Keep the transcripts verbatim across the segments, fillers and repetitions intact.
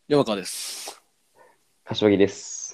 山川です。 柏木です。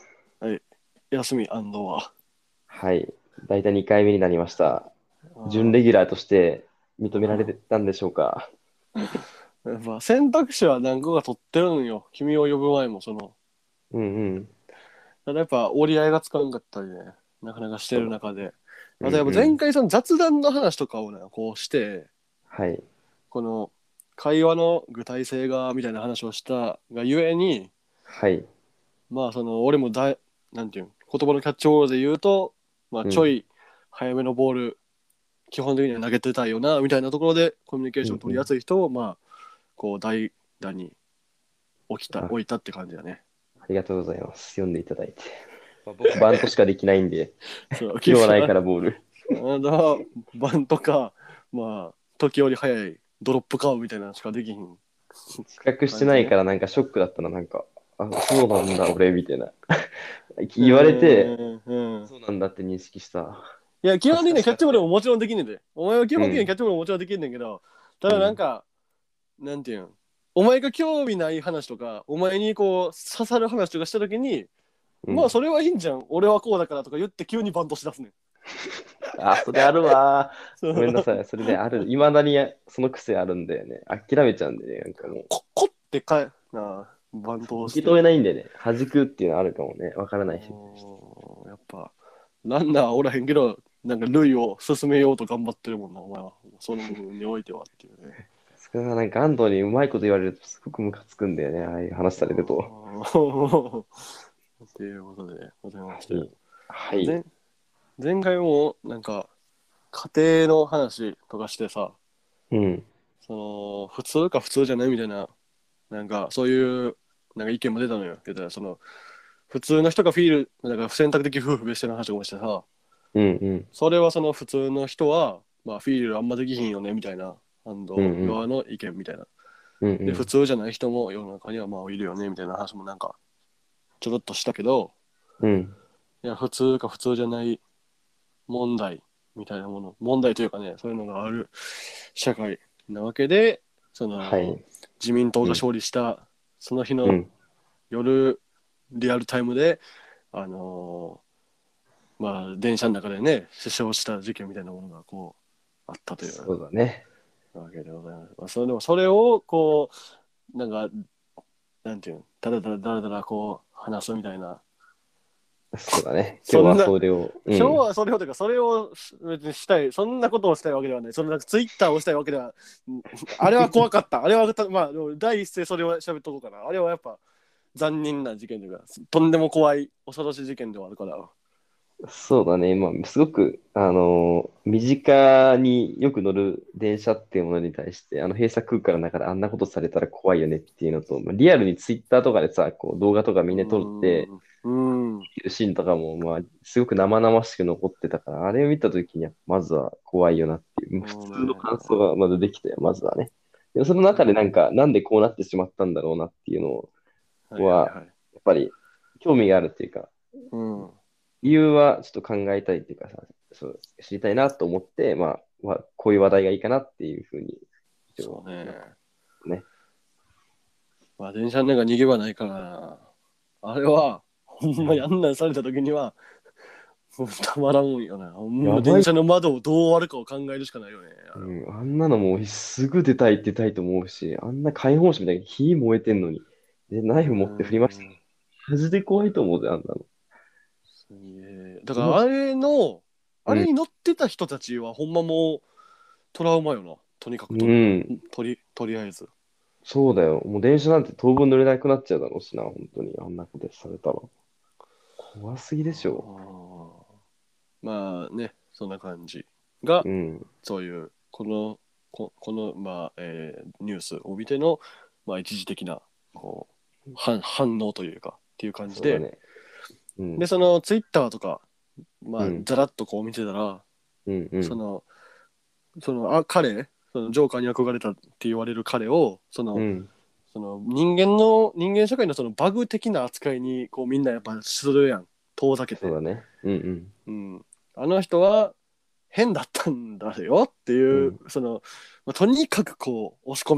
はい。休みは。 はい。だいたいにかいめになりました。準あレギュラーとして認められーてたんでしょうか？ やっぱ選択肢は何個か取ってるんよ。君を呼ぶ前もその。 うんうん。 ただやっぱ折り合いがつかんかったりね、なかなかしてそうだ。 る中で。 うんあとやっぱうん。 前回その雑談の話とかをね、こうして、 はい。 この会話の具体性がみたいな話をしたがゆえに、 はい。 まあその俺もだい、なんていうの言葉のキャッチボールで言うと、まあうん。 ちょい早めのボール、基本的には投げてたいよな、みたいなところでコミュニケーション取りやうんうん。 すい人を、まあ、こう代打に置きたあ、 置いたって感じだね。 ありがとうございます。読んでいただいて。まあ、僕、バントしかできないんで、 そう、 拾わないか結構、 らボール。 あの、バンとか、まあ、時折早いドロップカーブみたいなのしかできひん比較して感じね。 ないからなんかショックだったな。なんか、あ、そうなんだ、俺、みたいな。 う言われて、 ーん、うん。 そうなんだって認識した。 いや、基本恥ずか的にはキャッチボーしかったよ。 ルももちろんできんねんで。お前は基本的にはキうん。 ャッチボールももちろんできんねんけど、たうん。 だなんか、なんていうん、お前が興味ない話とか、お前にこう刺さる話とかしたときに、 うん。 まあそれはいいんじゃん。俺はこうだからとか言って急にバントしだすねん。 あ、それあるわー。ごめんなそうさい。それね、ある。いまだにその癖あるんだよね。諦めちゃうんでね、なんかもう。 ここってかえなあバントを受け止して。 めないんでね、弾くっていうのはあるかもね。わからないし。 おーやっぱランナーおらへんけどなんか塁を進めようと頑張ってるもんなお前は。その部分においてはっていうね。 それはなんか安藤にうまいこと言われるとすごくムカつくんだよね。ああいう話されると。 おーっていうことでございまして。 はい。はい。 前前回もなんか家庭の話とかしてさ、 うん。 その普通か普通じゃないみたいな、なんかそういうなんか意見も出たのよ。言ったらその普通の人がフィールなんか不選択的夫婦別姓の話をもしてさ、 うんうん。 それはその普通の人は、まあ、フィールあんまできひんよねみたいな、反動うんうん。 側の意見みたいな。で、普うんうん。 通じゃない人も世の中にはまあいるよねみたいな話もなんかちょろっとしたけど、 うん。 いや、普通か普通じゃない問題みたいなもの、問題というかね、そういうのがある社会なわけで、そのはい。 自民党がうん。 勝利したその日のうん。 夜、リアルタイムで、あのーまあ、電車の中でね、死傷した事件みたいなものがこう、あったというそうだね。 わけでございます。まあ、それでもそれをこう、なんか、なんていうの、ただただだらだらこう話すみたいな。 そうだね。今日はそんな、 それを。う今日ん。 はそれをというか、それを別にしたい、そんなことをしたいわけではない。そのなんかツイッターをしたいわけでは、あれは怖かった。あれは、まあ、第一声それを喋っとこうかな。あれはやっぱ残忍な事件というか、とんでも怖い、恐ろしい事件ではあるから。 そうだね。まあ、すごく、あのー身近によく乗る電車っていうものに対して、あの閉鎖空間の中であんなことされたら怖いよねっていうのと、まあ、リアルにツイッターとかでさ、こう動画とかうみんな撮って、 ーん、うーん、 シーンとかも、まあ、すごく生々しく残ってたから、あれを見たときには、まずは怖いよなっていう、普通のそうね。 感想がまずできたよ、まずはね。でもその中でなんか、なんでこうなってしまったんだろうなっていうのは、 はいはいはい。 やっぱり興味があるっていうか、 うん。 理由はちょっと考えたいっていうかさ、そう知りたいなと思って、まあ、まあ、こういう話題がいいかなっていうふうに、一応そうね。 なったね。 まあ電車の中逃げ場ないからな。あれは、ほんまにあんなんされた時には、もうたまらんよな。ほんまやばい。 電車の窓をどう割るかを考えるしかないよね。あれは。 うん、あんなのもうすぐ出たい出たいと思うし、あんな解放誌みたいに火燃えてんのに、で、ナイフう持って振りました。 ーん。 マジで怖いと思うぜ、あんなの。 すげえ。だかうわ、 らあれの、あうん、 れに乗ってた人たちはほんまもうトラウマよな。とにかくうとり、 ん、 とり、とりあえず。 そうだよ。もう電車なんて当分乗れなくなっちゃうだろうしな、本当に。あんなことされたら。怖すぎでしょ。 あまあね、そんな感じが、 うん、 そういう、この、ここの、まあ、えーニュースを見ての、まあ、一時的な、こう、反反応というか、っていう感じで、 そうだね。うで、 ん、 そのツイッターとか、まあ、 うん、 ざらっとこう見てたら、 うん、うん、 その、その、あ、彼、そのジョーカーに憧れたって言われる彼を、その、 うん。 その人間の、人間社会のそのバグ的な扱いに、こうみんなやっぱするやん。遠ざけて。 そうだね。うん、 うん。あの人は変だったんだよってうん、 いう、 うん。 その、まあとにかくこう、押し込める。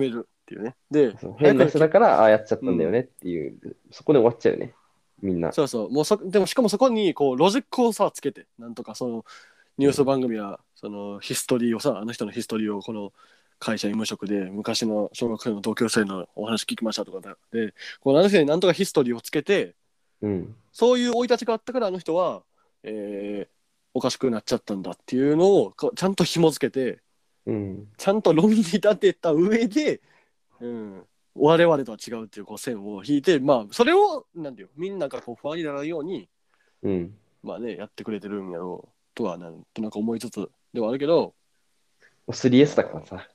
っていうね。で、 そう変な人だ早くからああやっちゃったんだよねっていう、そこで終わっちゃうよね、みんな。 そうそう、もうそ、でもしかもそこにこうロジックをさ、つけて、なんとかそのニュース番組はそのヒストリーをさ、あの人のヒストリーをこの会社員無職で昔の小学生の同級生のお話聞きましたとかで、このあの人になんとかヒストリーをつけて、 うん。 そういう生い立ちがあったからあの人は、えーおかしくなっちゃったんだっていうのをこうちゃんと紐付けて、 うん。 ちゃんと論理立てた上で、うん、我々とは違うっていうこう線を引いて、まあそれをなんていうみんながこう不安にならないように、 うん。 まあね、やってくれてるんやろうとはなんとなく思いつつではあるけど、 スリーエス だからさ。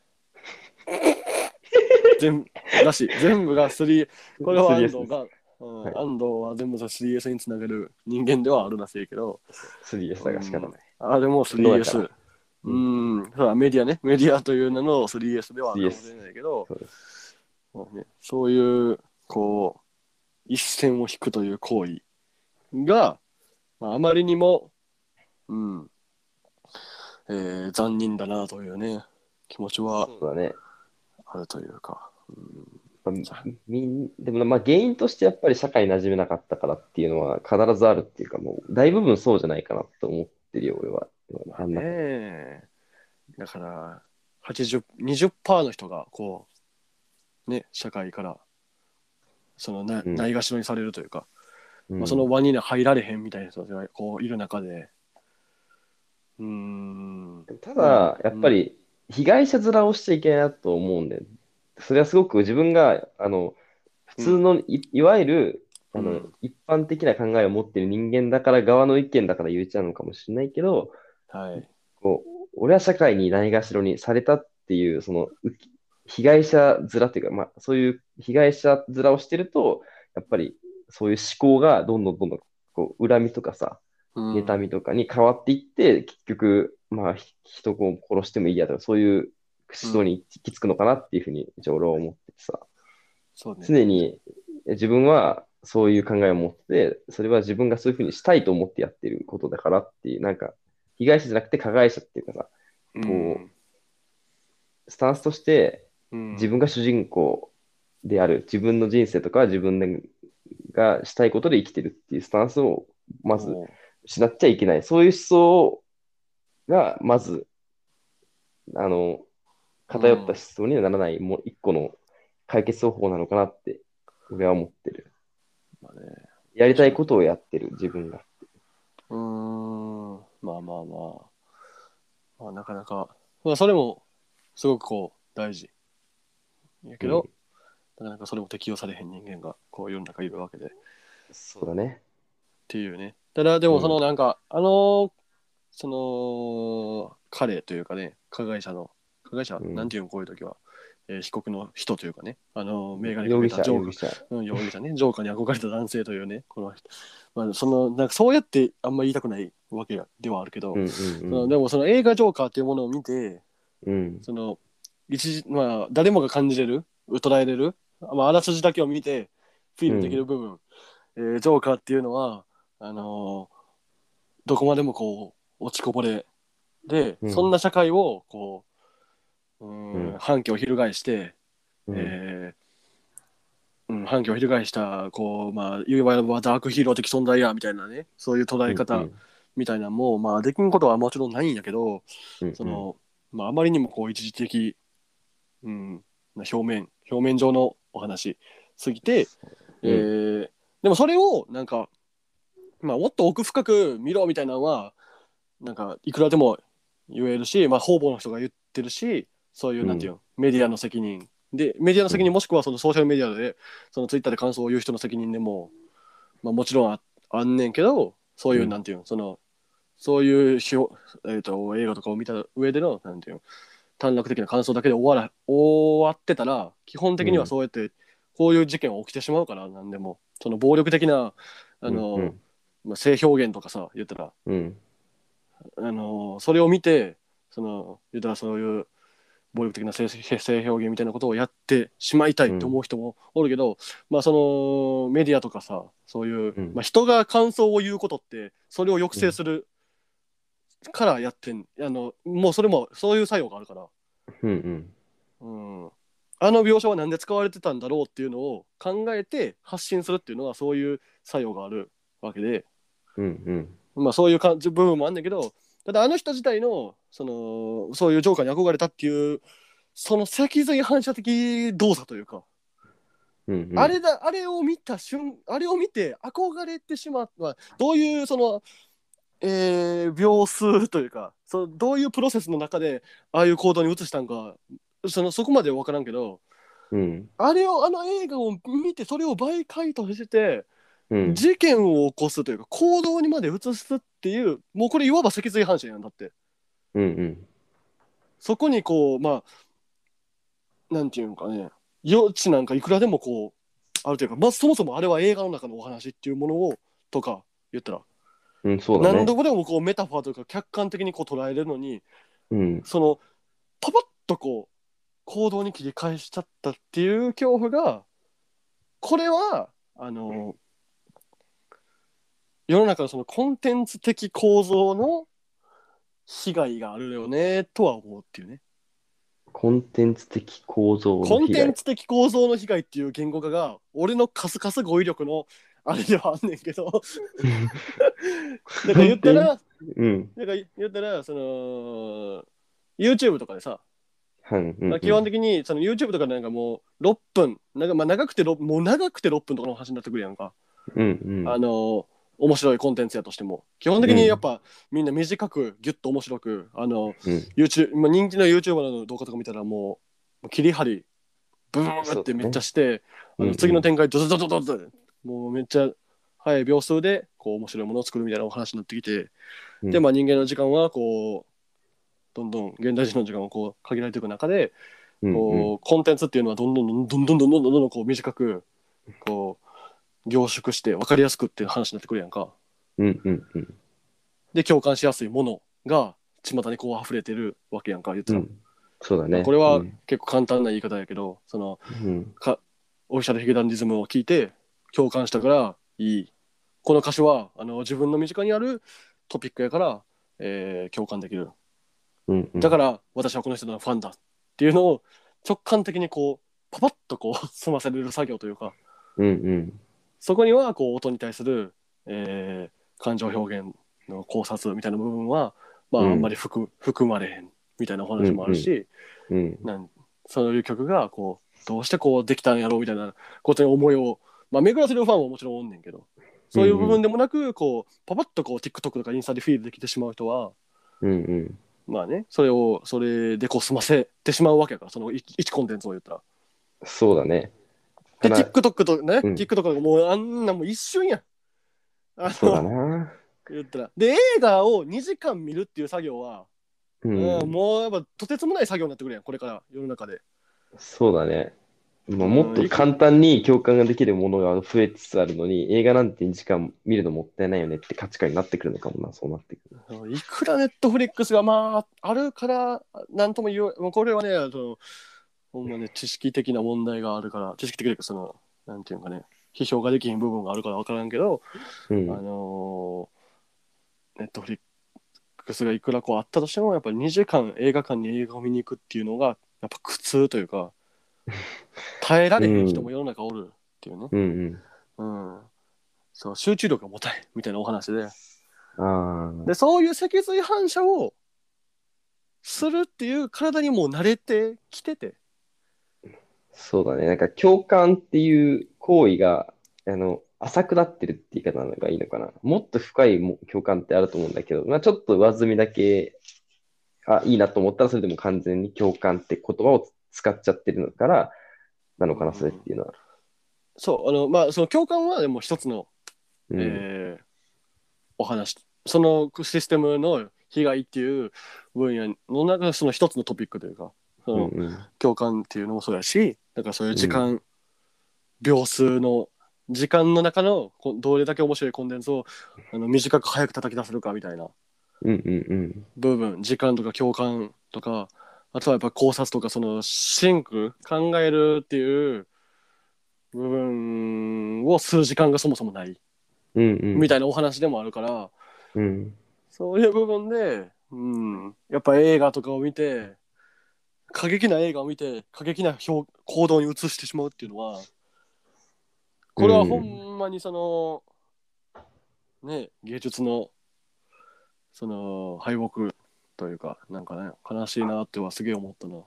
全だし全部がスリー、これは安スリーエス です。 藤が、うん、 はい。 安藤は全部 スリーエス につなげる人間ではあるらしいけど、 スリーエスうだから仕方ん、 ない。 あれもプロだかスリーエス、 ら。 ううん。 ん、そうだメディアね、メディアという名の スリーエス ではあるかもしれスリーエス。 ないけど、 そうです。 まあね、そういうこう一線を引くという行為が、まあ、あまりにも、うんえー残忍だなというね気持ちはそうだね。 あるというか、うん、 まあ、みん、でもまあ原因としてやっぱり社会に馴染めなかったからっていうのは必ずあるっていうか、もう大部分そうじゃないかなと思ってるよ、俺は。 まああんな。 ね、だからはちじゅう、にじゅっパーセントの人がこうね社会からそのな、 うん。 ないがしろにされるというか、まあ、そのうん。 輪に入られへんみたいな人がこういる中で、うーん、 たまあ、 だ、やうん、 っぱり被害者面をしちゃいけないなと思うんだよ。それはすごく自分が、あの、普うん、 通のい、いわゆる、あの、 うん、 一般的な考えを持っている人間だから側の意見だから言っちゃうのかもしれないけど、 はい、 こう、俺は社会にないがしろにされたっていう、その、うき被害者面っていうか、まあ、そういう被害者面をしてると、やっぱりそういう思考がどんどんどんどん、こう、恨みとかさ、 う妬みん、 とかに変わっていって、結局、まあ、ひ人を殺してもいいやとか、そういう思うん、 想に行き着くのかなっていうふうに、一応俺は思っててさ、 そうね、 常に自分はそういう考えを持って、それは自分がそういうふうにしたいと思ってやってることだからっていう、なんか、被害者じゃなくて加害者っていうかさ、 うこん、 う、スタンスとしてうん、 自分が主人公である、自分の人生とか自分でがしたいことで生きてるっていうスタンスをまずおう、 失っちゃいけない。そういう思想が、まず、あの、偏った思うん、 想にはならない、もう一個の解決方法なのかなって、俺は思ってる。 まあね、 やりたい確かに、 ことをやってる、自分が。 うーん、まあまあまあ、まあ、なかなか、まあ、それもすごくこう大事やけど、 うん。 なかなかそれも適用されへん人間がこう世の中いるわけでっそうだね。 ていうね。ただでもそうん。 のなんかあのその彼というかね、加害者の加害者うん。 なんていうのこういう時は、えー被告の人というかね、あのメガネか容疑者、 けたジョーカ容疑者。 ー、うん、容疑者ね、ジョーカーに憧れた男性というね、この人、まあ、そのなんかそうやってあんまり言いたくないわけではあるけど、 うんうんそのでもその映画ジョーカーっていうものを見て、 うん。うん。 その一時まあ誰もが感じれる、捉えれる、まあ、あらすじだけを見てフィールできるうん。 部分、えージョーカーっていうのはあのーどこまでもこう落ちこぼれで、 うん。 そんな社会をこう、うーんうん。 反旗を翻して、 うん。 えーうん、反旗を翻したこう、まあ、いわゆるダークヒーロー的存在やみたいなね、そういう捉え方うん。 みたいなのも、まあ、できんことはもちろんないんやけど、 うん。うん。 その、まあ、あまりにもこう一時的、うん、表面表面上のお話すぎて、えうん。 ーでもそれをなんか、まあ、もっと奥深く見ろみたいなのはなんかいくらでも言えるし、まあ、方々の人が言ってるし、そういううん。 なんていうのメディアの責任で、メディアのうん。 責任もしくはそのソーシャルメディアでそのツイッターで感想を言う人の責任でも、まあ、もちろん あ, あんねんけど、そううん。 いうなんていうのそのそういうしょ、えー、と映画とかを見た上でのなんていうの短絡的な感想だけで終わら終わってたら、基本的にはうん。 そうやってこういう事件は起きてしまうから、なんでもその暴力的なあうん。うの、 ん。 まあ、性表現とかさ言ったら、 うん。 あのそれを見て、その言ったらそういう暴力的な性性表現みたいなことをやってしまいたいって思う人もおるけど、まあそのメディアとかさ、そういう、 うん。 まあ、人が感想を言うことってそれを抑うん。 制するからやってん、あのもうそれもそういう作用があるから、 うん。 うん、 あの描写は何で使われてたんだろうっていうのを考えて発信するっていうのはそういう作用があるわけで、 うんうん。 まあそういう感じ部分もあるんだけど、ただあの人自体のそのそういうジョーカーに憧れたっていうその脊髄反射的動作というか、 うんうん。 あれだあれを見た瞬あれを見て憧れてしまった、まあ、どういうその、えー秒数というか、そのどういうプロセスの中でああいう行動に移したんか、そのそこまでは分からんけど、 うん。 あれをあの映画を見てそれを媒介としてうん。 事件を起こすというか行動にまで移すっていう、もうこれいわば脊髄反射やんだって。 うんうん。 そこにこうまあなんていうんかね、余地なんかいくらでもこうあるというか、まずそもそもあれは映画の中のお話っていうものをとか言ったらうん、そうだね。 何度でもこうメタファーというか客観的にこう捉えれるのに、 うん。 そのパパッとこう行動に切り返しちゃったっていう恐怖が、これはあの世の中のそのコンテンツ的構造の被害があるよねとは思うっていうね。 コンテンツ的構造のコン被害。 テンツ的構造の被害っていう言語化が俺のカスカス語彙力のあれではあんねんけどだから言ったコンテンツ、 らうん。 なんか言ったらその YouTube とかでさ、 はい、うまあ、 んうん。 基本的にその YouTube とかでなんかもうろっぷんなんかまあ長くてろもう長くてろっぷんとかの話になってくるやんか。 うんあのー面白いコンテンツやとしても基本的うん。うん。 にやっぱみんな短くギュッと面白くあのうん。 YouTube、まあ、人気の YouTuber の動画とか見たらもう切り張りブーってめっちゃそうだね。 してあの次のうんうん。 展開ドドドドドドドもうめっちゃ速い秒数でこう面白いものを作るみたいなお話になってきて、 うん。 でまあ人間の時間はこうどんどん現代人の時間をこう限られていく中でうんうん。 こうコンテンツっていうのはどんどんどんどんどんどんどんどんどんこう短くこう凝縮して分かりやすくっていう話になってくるやんか。 うんうんうん。 で共感しやすいものが巷にこう溢れてるわけやんか言ったら。 うん。そうだね。 これはうん。 結構簡単な言い方やけど、そのうん。 かオフィシャルヒゲダンディズムを聞いて共感したからいい。この歌詞はあの自分の身近にあるトピックやから、えー共感できる。 うんうん。 だから私はこの人のファンだっていうのを直感的にこうパパッとこう済ませれる作業というか、 うんうん。 そこにはこう音に対する、えー感情表現の考察みたいな部分は、まあ、あんまうん。 り含含まれへんみたいなお話うんうん。 もあるし、 うん。 なんそういう曲がこうどうしてこうできたんやろうみたいなことに思いを、まあ、巡らせるファンももちろんおんねんけど、そういう部分でもなくこうパパッとこう TikTok とかインスタでフィードできてしまう人は、 うんうん。 まあね、それをそれでこう済ませてしまうわけやから、そのい一コンテンツを言ったら。 そうだね。たでだ、 TikTok とねうん。 TikTok とかもうあんなもう一瞬やん、あそうだのな。 言ったら。で映画をにじかん見るっていう作業は、うん、 うん。 もうやっぱとてつもない作業になってくるやんこれから世の中で。 そうだね。まあ、もっうん、いくと簡単に共感ができるものが増えつつあるのに、映画なんてにじかん見るのもったいないよねって価値観になってくるのかもな、そうなってくる。 いくらネットフリックスがまああるからなんとも言う、もうこれはねそのほんまね知識的な問題があるから、知識的というかそのなんていうかね批評ができひん部分があるから分からんけど、あうん。 のネットフリックスがいくらこうあったとしてもやっぱりにじかん映画館に映画を見に行くっていうのがやっぱ苦痛というか耐えらうれへん人ん。 も世の中おるっていうね。 うんうん、そう集中力が持たないみたいなお話で、 うん。あでそういう脊髄反射をするっていう体にもう慣れてきてて、 あ、そうだね。なんか共感っていう行為が、あの、浅くなってるって言い方なのがいいのかな。もっと深いも共感ってあると思うんだけど、まあちょっと上積みだけ、あ、いいなと思ったらそれでも完全に共感って言葉を使っちゃってるのから、なのかな、それっうん、 ていうのは。 そうあのまあその共感はでも一つの、 うん。 えーお話、そのシステムの被害っていう分野の中でその一つのトピックというか、そうんのうん。 共感っていうのもそうやし、だからそういううん。 時間秒数の時間の中のどれだけ面白いコンテンツをあの短く早く叩き出せるかみたいなうんうんうん。 部分、時間とか共感とか、あとはやっぱ考察とかそのシンク考えるっていう部分をする時間がそもそもないうんうん。 みたいなお話でもあるから、 うん。 そういう部分で、うん、やっぱ映画とかを見て過激な映画を見て過激な表行動に移してしまうっていうのは、これはほんまにその、うん、ね芸術のその敗北というか、なんかね悲しいなってはすげえ思ったな。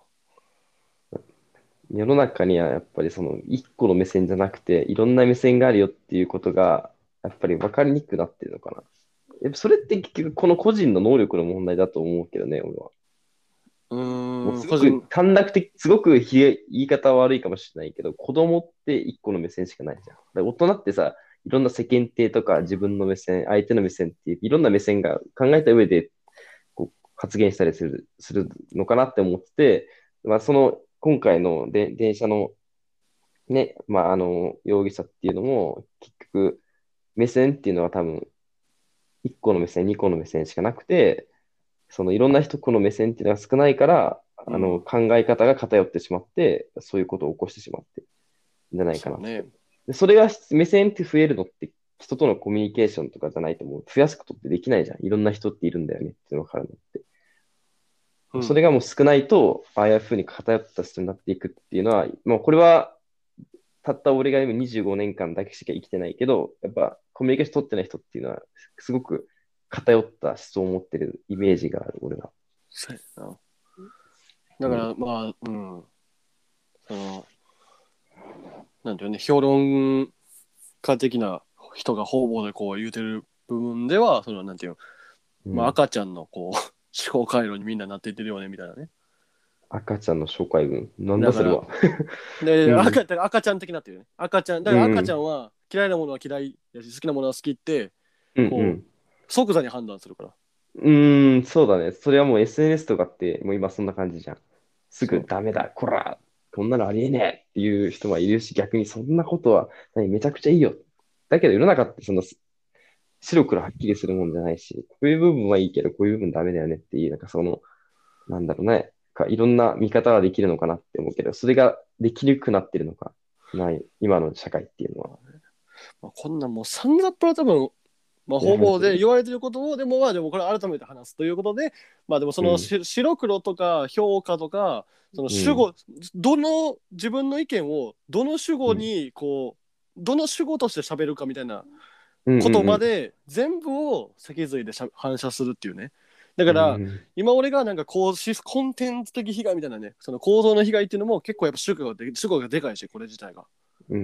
世の中にはやっぱりその一個の目線じゃなくて、いろんな目線があるよっていうことが、やっぱり分かりにくくなってるのかな。やっぱそれって結局この個人の能力の問題だと思うけどね、俺は。 うもうーん個人すごく短絡的、すごくひ言い方は悪いかもしれないけど、子供って一個の目線しかないじゃん。だから大人ってさ、いろんな世間体とか自分の目線、相手の目線っていう、いろんな目線が考えた上でこう発言したりする、するのかなって思ってて、まあ、その今回ので電車のね、まあ、あの、容疑者っていうのも、結局、目線っていうのは多分、いっこの目線、にこの目線しかなくて、そのいろんな人この目線っていうのが少ないから、あの、 うん考え方が偏ってしまって、そういうことを起こしてしまって、んじゃないかなって。 そうね。 で、それが目線って増えるのって、人とのコミュニケーションとかじゃないと思う。増やすことってできないじゃん。いろんな人っているんだよねっていうのが分かるのって。それうんがもう少ないと、ああいうふうに偏った人になっていくっていうのは、もうこれはたった俺が今にじゅうごねんかんだけしか生きてないけど、やっぱコミュニケーション取ってない人っていうのは、すごく偏った思想を持ってるイメージがある、俺は。 そうやな。だかうん。 らまあ、うん、そのなんていうね、評論家的な人が方々でこう言うてる部分では、そのなんていうの、まあ、 うん、 赤ちゃんのこう思考回路にみんななっていってるよねみたいなね。 赤ちゃんの紹介文。なんだだからそれは。 でうん。 赤だから赤ちゃん的なっていうね、赤ちゃんだから赤ちゃうん。 んは嫌いなものは嫌いやし好きなものは好きってうん。うこうん。 即座に判断するから。 うーん、そうだね。それはもう エスエヌエス とかって、もう今そんな感じじゃん。すぐそダメだ、こら、こんなのありえねえっていう人はいるし、逆にそんなことは、何めちゃくちゃいいよ。だけど世の中ってその白黒はっきりするもんじゃないし、こういう部分はいいけど、こういう部分ダメだよねっていう、なんかその、なんだろうね、かいろんな見方はできるのかなって思うけど、それができにくくなってるのか、ない、今の社会っていうのは。 まあ、こんなんもうさんざっぱら多分、まあ、 いや、 方々で本当に。 言われてることをでもまあでもこれ改めて話すということで、まあでもそのうん、 し白黒とか評価とかそのうん、 主語、どの自分の意見をどの主語うん、 にこうどの主語として喋るかみたいなうん、うん、うん、 言葉で全部を脊髄でしゃ反射するっていうね。だうからん、 今俺がなんかこうしコンテンツ的被害みたいなね、その構造の被害っていうのも結構やっぱ主語がで主語がでかいし、これ自体がうん、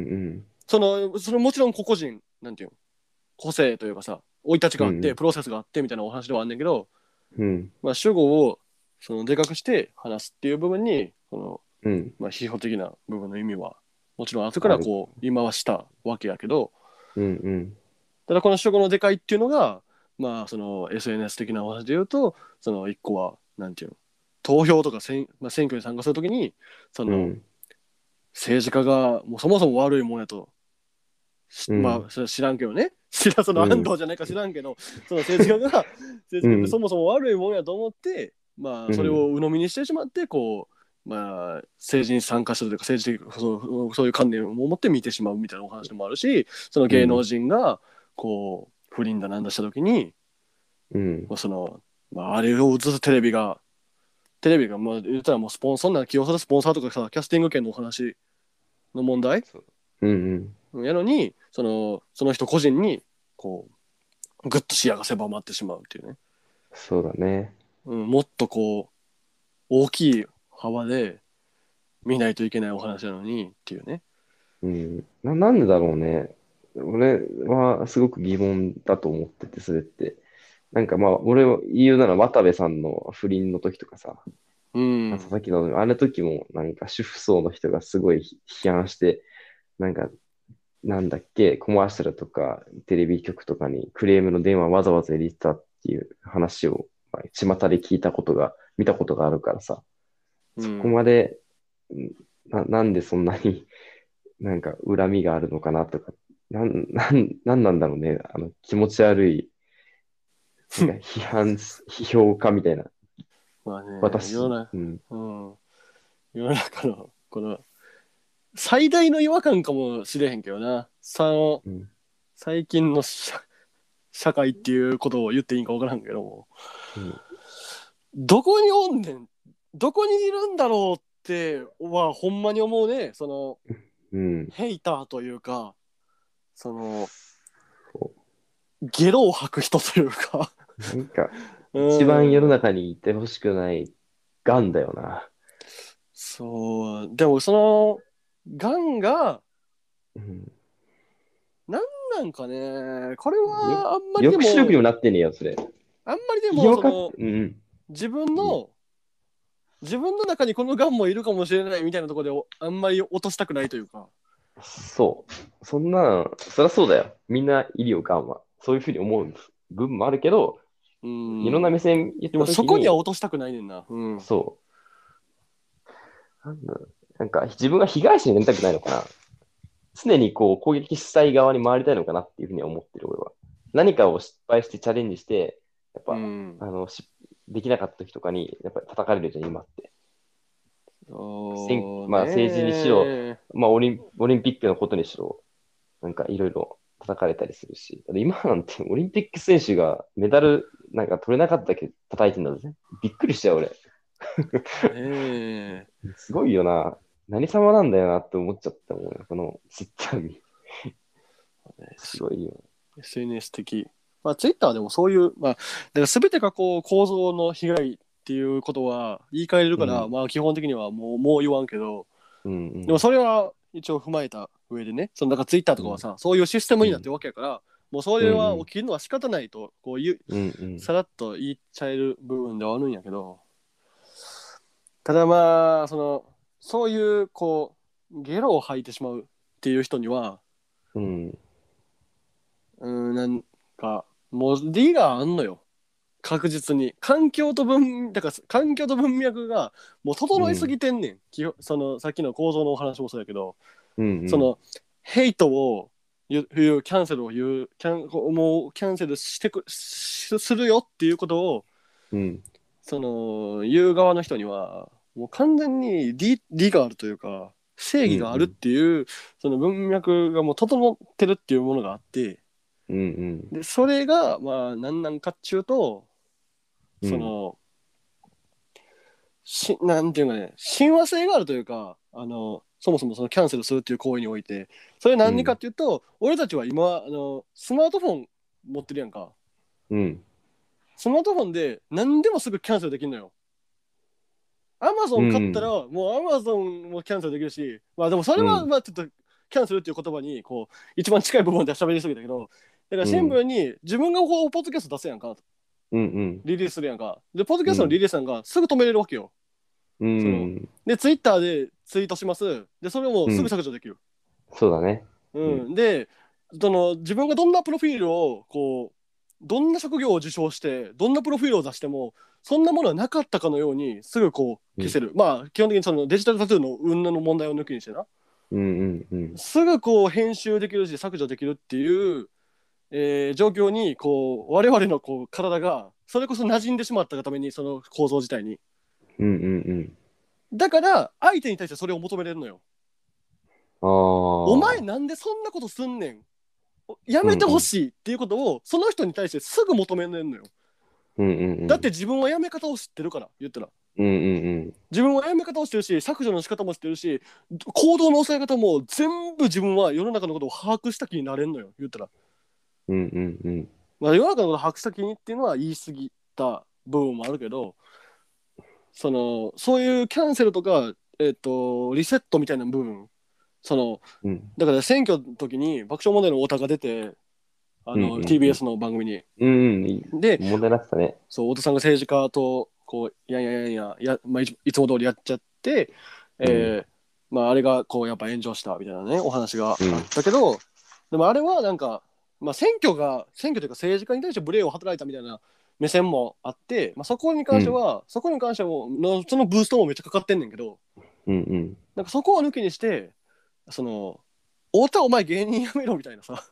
そのそのもちろん個々人なんていうの個性というかさ、生い立ちがあってうん、 プロセスがあってみたいなお話ではあんねんけど、 うん、 まあ、主語をそのでかくして話すっていう部分にその、 うん、 まあ、批評的な部分の意味はもちろん後かある。 らこう今はしたわけやけど、 うん、うん、 ただこの主語のでかいっていうのがまあその エスエヌエス 的なお話で言うと、その一個はなんていうの、投票とか選、まあ、選挙に参加するときにそのうん、 政治家がもうそもそも悪いもんやと、 うん、 まあそれ知らんけどね、知らその安うん、 藤じゃないか知らんけど、その政治家が政治家ってそうん、 もそも悪いもんやと思って、まあそれうん、 を鵜呑みにしてしまってこう、まあ政治に参加するというか政治的そうそういう観念を持って見てしまうみたいなお話でもあるし、その芸能人がこう不倫だなんだした時に、 うん、 まあ、その、まあ、あれを映すテレビがテレビがまあ言ったらもうスポンそんな起用するスポンサーとかさキャスティング権のお話の問題そう。うん、 やのに、そのその人個人にこうぐっと視野が狭まってしまうっていうね、 そうだね。 うん、もっとこう大きい幅で見ないといけないお話なのにっていうね。 うん。な、なんでだろうね。俺はすごく疑問だと思ってて、それって。なんかまあ、俺を言うなら渡部さんの不倫の時とかさ、 う佐ん 々木の、あの時もなんか主婦層の人がすごい批判して、なんか、なんだっけ、コマーシャルとかテレビ局とかにクレームの電話わざわざ入れてたっていう話を、まあ、巷で聞いたことが、見たことがあるからさ、そこうんまで、んな、なんでそんなになんか恨みがあるのかなとか、なん、なん、なんなんだろうね。あの気持ち悪い、なんか批判、批評家みたいな。 まあね、世私、 の中、 うん、 うん、世の中のこの最大の違和感かもしれへんけどな、そのうん、 最近の社社会っていうことを言っていいんか分からんけども、 うん、 どこにおんねん、 どこにいるんだろうってはほんまに思うね。その、 うん。 ヘイターというか、その、ゲロを吐く人というかなんか、 うん一番世の中にいてほしくないガンだよな。 そう、でもその、ガンが、 うん、 なんなんかね、これよ、 はあんまりでも、 抑止力にもなってねえよ、それ。 あんまりでも、 よかっその、 うん。 自分うん。 の、自分の中にこのガンもいるかもしれないみたいなところでおあんまり落としたくないというか。 そう。そんなん、そりゃそうだよ。みんないるよ、ガンは。そういうふうに思う部分もあるけど、 ういろんな目ん。 線言ったでもそこにはときに、 落としたくないねんな。うん。 そう。なんだなんか自分が被害者になりたくないのかな。常にこう攻撃したい側に回りたいのかなっていうふうに思ってる、俺は。何かを失敗してチャレンジして、やっうぱ、 ん。 あの、しできなかった時とかに、やっぱり叩かれるじゃん、今って。選そうまあ政治にしろ、 ね。 まあオリン、オリンピックのことにしろ、なんかいろいろ叩かれたりするし、今なんてオリンピック選手がメダルなんか取れなかったけど叩いてんだぜ。びっくりしたよ、俺。 ねえ。 すごいよな。何様なんだよなって思っちゃったもんね、このツイッターに。すごいよ。 エスエヌエス 的。まあ、ツイッターでもそういう、まあ、だから全てがこう構造の被害っていうことは言い換えれるから、 うん。 まあ基本的にはもう、もう言わんけど、 うんうでもん。 それは一応踏まえた上でね、そのなんかツイッターとかはさ、そういうシステムになってるわけやから、もうそれはうんうん。 起きるのは仕方ないと、こう言う、 うんうん。 さらっと言っちゃえる部分ではあるんやけど、ただまあ、その、そういう、こう、ゲロを吐いてしまうっていう人には、 うん。 うーん、なんか、もう利があんのよ。確実に。環境と文、だから環境と文脈がもう整いすうん。 ぎてんねん。基本その、さっきの構造のお話もそうやけど、 うん。 その、ヘイトを言う、言うキャンセルを言う、キャン、もうキャンセルしてく、しするよっていうことを、 うん。 その、言う側の人には、もう完全に利、利があるというか、正うん。 義があるっうん。 ていう、その文脈がもう整ってるっていうものがあって、 うん。 で、それが、まあ、何なんかっちゅうと、 うん。 その、し、なんていうかね、親和性があるというか、あの、そもそもそのキャンセルするっていう行為において、それ何かっていうと、俺たちは今、あの、スマートフォン持ってるやんか。 うん。 スマートフォンで何でもすぐキャンセルできるのよ。アマゾうン買ったん。 ら、もうアマゾンもキャンセルできるし、まあでもそれは、 うん。 まあちょっと、キャンセルっていう言葉に、こう、一番近い部分では喋りすぎたけど、だからシンプうん。 ルに自分がこう、ポッドキャスト出すやんか、 うん。 リリースするやんか。で、ポッドキャストのリうん。 リースなんかすぐ止めれるわけよ。 うその、 ん。 で、ツイッターでツイートします。で、それをもうすぐうん。 削除できる。 そうだね。うん。 うん。で、その、自分がどんなプロフィールを、こう、どんな職業を受賞して、どんなプロフィールを出しても、そんなものはなかったかのように、すぐこう、 うん。 消せる。まあ、基本的にそのデジタルタトゥーの云々の問題を抜きにしてな。 うん。うん。 すぐこう、編集できるし、削除できるっていう、えー状況に、こう、我々のこう体が、それこそ馴染んでしまったがために、その構造自体に。 うん。うん。 だから、相手に対してそれを求めれるのよ。 あお前あ。 なんでそんなことすんねん。やめてほうん。 しいっていうことをその人に対してすぐ求めれるのよ。 うん。うん。 だって自分はやめ方を知ってるから言ったら。 うん。うん。 自分はやめ方を知ってるし、削除の仕方も知ってるし、行動の抑え方も全部自分は世の中のことを把握した気になれんのよ、言ったら。 うん。うん。うん。 まあ、世の中のことを把握した気にっていうのは言い過ぎた部分もあるけど、その、そういうキャンセルとか、えっと、リセットみたいな部分、その、 うん。 だから選挙の時に爆笑問題の太田が出て、あうん。 の、 うん。 ティービーエス の番組に。 うん。いいで、 問題になってたね。 そう、太田さんが政治家と、こう、いやいやいやいや、やまあ、いついつも通りやっちゃって、 うん。 えーまあ、あれが、こう、やっぱ炎上したみたいなね、お話があっうん。 たけど、でもあれはなんか、まあ、選挙が、選挙というか政治家に対して無礼を働いたみたいな目線もあって、まあ、そこにうん。 関しては、そこに関してはもうの、そのブーストもめっちゃかかってんねんけど、 うん。うん。 なんかそこを抜きにして、その、太田お前芸人やめろみたいなさ、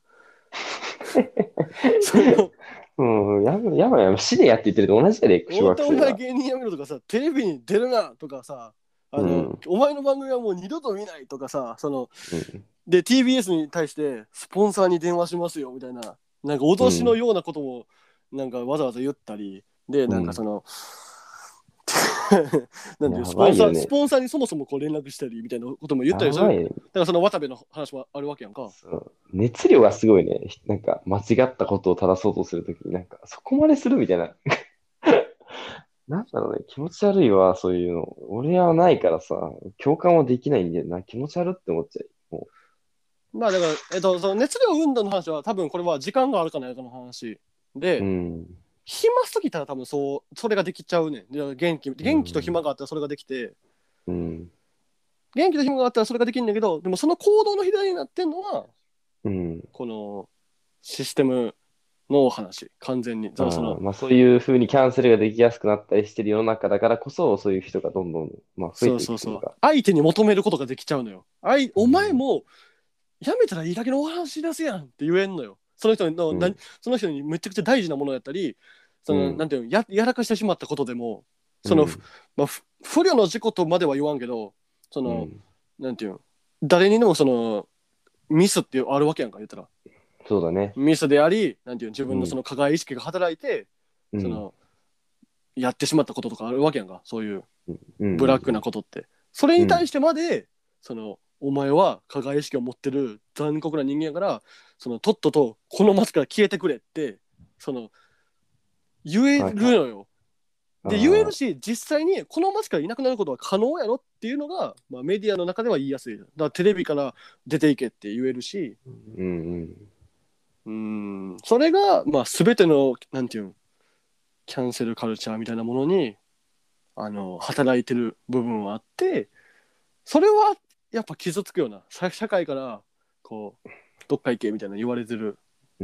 その、 うん。やばいやばいやばい。死ねやって言ってると同じやで、小太田お学生が。 前芸人やめろとかさ、テレビに出るなとかさ、あの、 うん。 お前の番組はもう二度と見ないとかさ、その、 うん。 で、ティービーエス に対してスポンサーに電話しますよみたいな、なんか脅しのうん。 ようなことも、なんかわざわざ言ったり、で、 うん。 なんかその、 なんでやスポンサー、 ばいよね。 スポンサーにそもそもこう連絡したりみたいなことも言ったりする。 やばいね。 だからその渡部の話もあるわけやんか。 そう、熱量がすごいね。なんか間違ったことを正そうとするときに、なんかそこまでするみたいな。なんだろうね。気持ち悪いわ、そういうの。俺はないからさ、共感はできないんだよな。気持ち悪って思っちゃう。もまあだから、えっと、その熱量運動の話は多分これは時間があるかないかの話う。うで、 ん。 暇すぎたら多分そう、それができちゃうねん。で元気、元気と暇があったらそれができて、 うん。 元気と暇があったらそれができるんだけど、でもその行動の左になってんのは、 うん。 このシステムの話、完全に。だからそのあーまあそういうふうにキャンセルができやすくなったりしてる世の中だからこそ、そういう人がどんどん、まあ、増えていそうそうそう。 くというか。 相手に求めることができちゃうのよ。あいお前うん。 もやめたらいいだけのお話ですやんって言えんのよ。その人の、なうん。 その人にめちゃくちゃ大事なものやったり、その、 うん。 なんていうの、ややらかしてしまったことでも、その、 うん。 まあ、ふ不慮の事故とまでは言わんけど、その、 うん。 なんていうの、誰にでもその、ミスってあるわけやんか、言ったら。 そうだね。 ミスであり、なんていうの、自うん。 分のその加害意識が働いて、 うん。 その、やってしまったこととかあるわけやんか、そういううん。うん。 ブラックなことって。それうん。 に対してまで、その、お前は加害意識を持ってる残酷な人間やから、そのとっととこの街から消えてくれって、その、言えあ、 るキャ、 のよ。で、言えるあし、実際にこの街からいなくなることは可能やろっていうのが、まあ、メディアの中では言いやすい。だからテレビから出ていけって言えるし、 ー、うん。 うーん、それが、まあ、全ての、なんていうの、キャンセルカルチャーみたいなものに、あの、働いてる部分はあって、それはやっぱ傷つくような、社社会からこうどっか行けみたいな言われてる。 うん。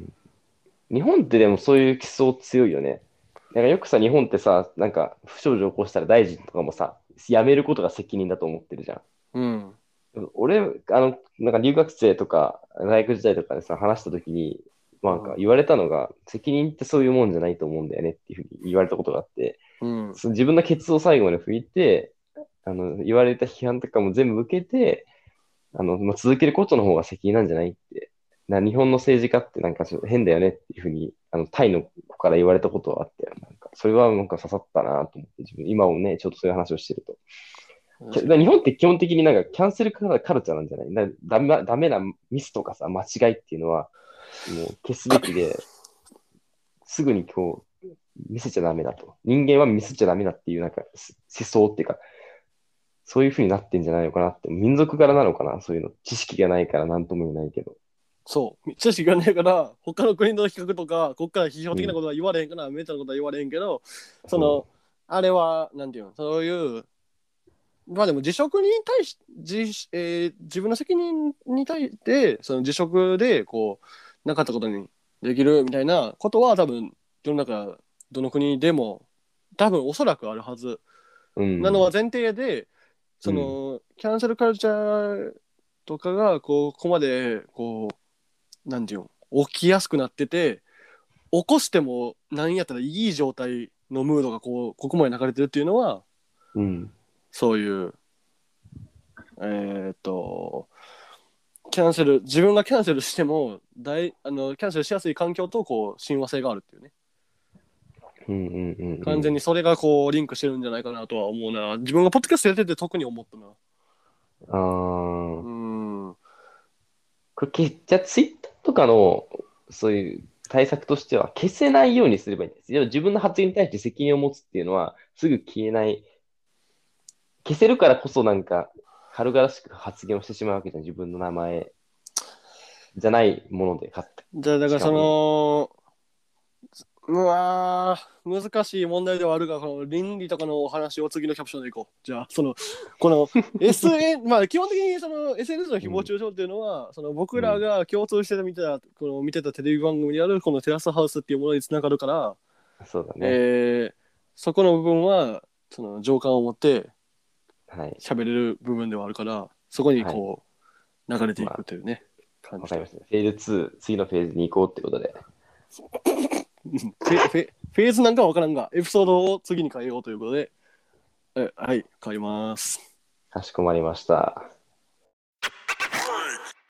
日本ってでもそういう基礎強いよね。なんかよくさ、日本ってさ、なんか不祥事を起こしたら大臣とかもさ、辞めることが責任だと思ってるじゃん。 うん。 俺、あの、なんか留学生とか、大学時代とかでさ、話したときに、まあなんかうん。 言われたのが、責任ってそういうもんじゃないと思うんだよねっていうふうに言われたことがあって、 うん。 その自分のケツを最後まで拭いて、あの、言われた批判とかも全部受けて、あの、まあ、続けることの方が責任なんじゃないって。な、日本の政治家ってなんかちょっと変だよねっていうふうに、あの、タイの子から言われたことはあって、なんか、それはなんか刺さったなと思って、自分、今もね、ちょっとそういう話をしてると。きゃ確かに。 だ日本って基本的になんかキャンセルカルカルチャーなんじゃないだダメ、ダメなミスとかさ、間違いっていうのは、もう消すべきで、すぐにこう、見せちゃダメだと。人間はミスっちゃダメだっていう、なんか、す思想っていうか、そういうふうになってんじゃないのかなって。民族からなのかなそういうの。知識がないから何とも言えないけど。 そう知識がないから他の国の比較とかこっから批評うん。 的なことは言われへんからめっちゃなことは言われへんけど、そそのあれはなんていうの、そういうまあでも辞職に対し自,、えー自分の責任に対してその辞職でこうなかったことにできるみたいなことは多分世の中どの国でも多分おそらくあるはずう。うん。 なのは前提で、そうん。 のキャンセルカルチャーとかがこうここまでこうなんていうの起きやすくなってて、起こしてもなんやったらいい状態のムードがこうここまで流れてるっていうのは、 うん。 そういうえーっとキャンセル自分がキャンセルしても大あのキャンセルしやすい環境とこう親和性があるっていうね。 うん。うん。うん。う完全ん。 にそれがこうリンクしてるんじゃないかなとは思うな。自分がポッドキャストやってて特に思ったな。 あうーー。 ん。 これけ、じゃあツイッターとかの、そういう対策としては、消せないようにすればいいんです。でも自分の発言に対して責任を持つっていうのは、すぐ消えない。消せるからこそなんか、軽々しく発言をしてしまうわけじゃん。自分の名前じゃないもので買って。 じゃあだからそしかも、 のうわー難しい問題ではあるが、この倫理とかのお話を次のキャプションでいこう。じゃあそのこの エスエヌ まあ基本的にその エスエヌエス の誹謗うん、 中傷っていうのはその僕うん、 らが共通して見てたこの見てたテレビ番組であるこのテラスハウスっていうものにつながるから、 そうだね。 えー、そこの部分はその情感を持ってはい、 喋れる部分ではあるから、そこにはい。 こう流れていまあ、 くというね感じで。 わかりました。フェーズツー、次のフェーズに行こうってことで。 フェフェフェーズなんかは分からんがエピソードを次に変えようということで、えはい変えます。 かしこまりました。